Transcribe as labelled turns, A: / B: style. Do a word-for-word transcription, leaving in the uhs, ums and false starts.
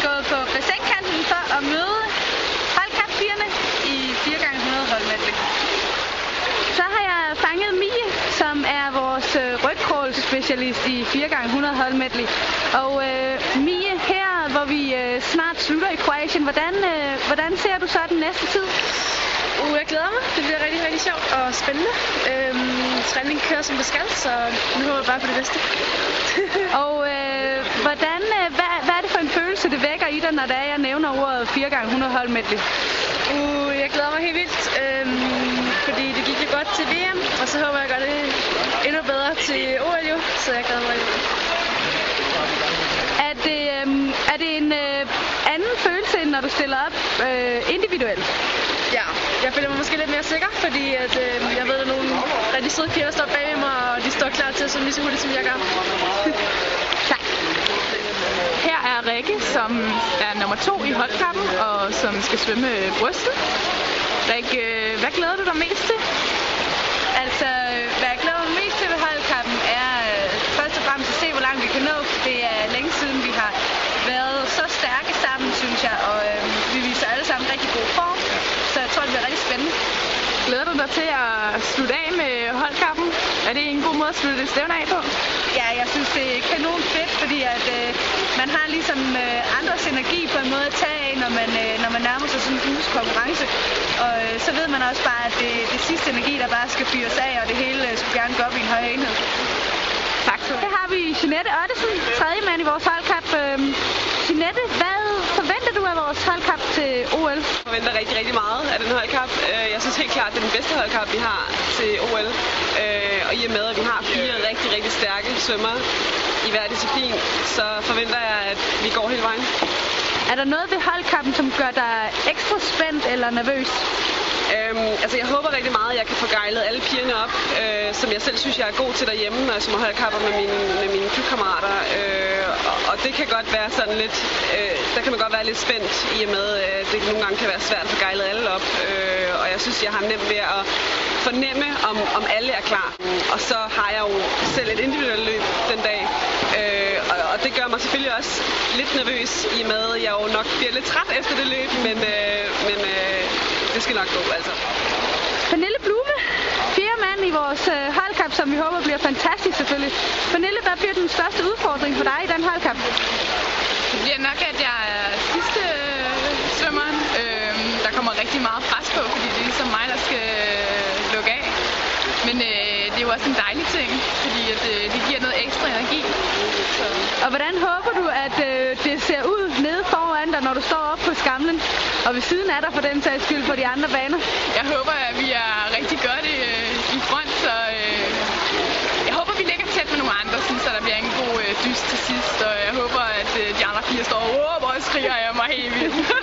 A: gået på bassinkanten for at møde holdkapspigerne i fire gange hundrede holdmedley. Så har jeg fanget Mie, som er vores rygcrawl-specialist i fire gange hundrede holdmedley. Og øh, Mie, her hvor vi øh, snart slutter i Kroatien, hvordan, øh, hvordan ser du så den næste tid?
B: Uh, jeg glæder mig. Det bliver rigtig, rigtig sjovt og spændende. Øhm, træningen kører som det skal, så nu håber jeg bare på det bedste.
A: og øh, hvordan, øh, hvad, hvad er det for en følelse, det vækker i dig, når det er, jeg nævner ordet fire gange hundrede holdmedley?
B: Uh, jeg glæder mig helt vildt, øhm, fordi det gik jo godt til V M, og så håber jeg, at jeg gør det endnu bedre til O L, jo, så jeg glæder mig rigtig meget.
A: Er det, øh, er det en øh, anden følelse, end når du stiller op øh, individuelt?
B: Ja, jeg føler mig måske lidt mere sikker, fordi at, øh, jeg ved, at der er nogle rigtig søde piger, der står bag mig, og de står klar til at svømme lige så hurtigt, som jeg gør.
A: Tak.
C: Her er Rikke, som er nummer to i holdkappen, og som skal svømme brystet. Rikke, hvad glæder du dig mest til?
A: Altså, hvad jeg glæder mig mest til ved holdkappen er øh, først og fremmest at se, hvor langt vi kan nå. Det er længe siden, vi har været så stærke sammen, synes jeg, og øh, vi viser alle sammen rigtig god form. Så jeg tror, det bliver rigtig spændende.
C: Glæder du dig til at slutte af med holdkappen? Er det en god måde at slutte et stævne af på?
A: Ja, jeg synes, det er kanon fedt, fordi at, øh, man har ligesom øh, andres energi på en måde at tage af, når man, øh, når man nærmer sig sådan en uges konkurrence. Og øh, så ved man også bare, at det er det sidste energi, der bare skal fyres af, og det hele øh, skulle gerne gå op i en højere enhed.
C: Tak skal du have.
A: Her har vi Jeanette Ottesen, tredje mand i vores holdkap. Øh, Jeanette, hvad forventer du af vores holdkap til O L?
D: Jeg forventer rigtig, rigtig meget af den holdkap. Jeg synes helt klart, det er den bedste holdkap, vi har til O L. Og i og med, at vi har fire rigtig, rigtig stærke svømmere i hver disciplin, så forventer jeg, at vi går hele vejen.
A: Er der noget ved holdkappen, som gør dig ekstra spændt eller nervøs?
D: Øhm, altså jeg håber rigtig meget, at jeg kan få gejlet alle pigerne op, øh, som jeg selv synes, jeg er god til derhjemme, når jeg svømmer holdkapper med mine, med mine klubkammerater. Øh, og, og det kan godt være sådan lidt, øh, der kan man godt være lidt spændt i og med, at det nogle gange kan være svært at få gejlet alle op. Øh, og jeg synes, jeg har nemt ved at fornemme, om, om alle er klar. Og så har jeg jo selv et individuelt løb den dag. Øh, og, og det gør mig selvfølgelig også lidt nervøs i og med, at jeg jo nok bliver lidt træt efter det løb, men, øh, men øh, det skal nok gå, altså.
A: Pernille Blume, fire mand i vores øh, holdkap, som vi håber bliver fantastisk selvfølgelig. Pernille, hvad bliver den største udfordring for dig i den holdkap?
C: Det bliver nok, at jeg er sidste øh, svømmeren. Øh, der kommer rigtig meget pres på, fordi det er ligesom mig, der skal øh, lukke af. Men øh, det er jo også en dejlig ting, fordi at, øh, det giver noget ekstra energi. Så.
A: Og hvordan håber du, at øh, det ser ud nede foran dig, når du står oppe på skamlen? Og ved siden af dig for den sags skyld på de andre baner?
C: Jeg håber, at vi er rigtig godt i, øh, i front, så øh, jeg håber, vi ligger tæt med nogle andre, så der bliver en god øh, dyst til sidst. Og jeg håber, at øh, de andre fire står og råber og skriger af mig helt vildt.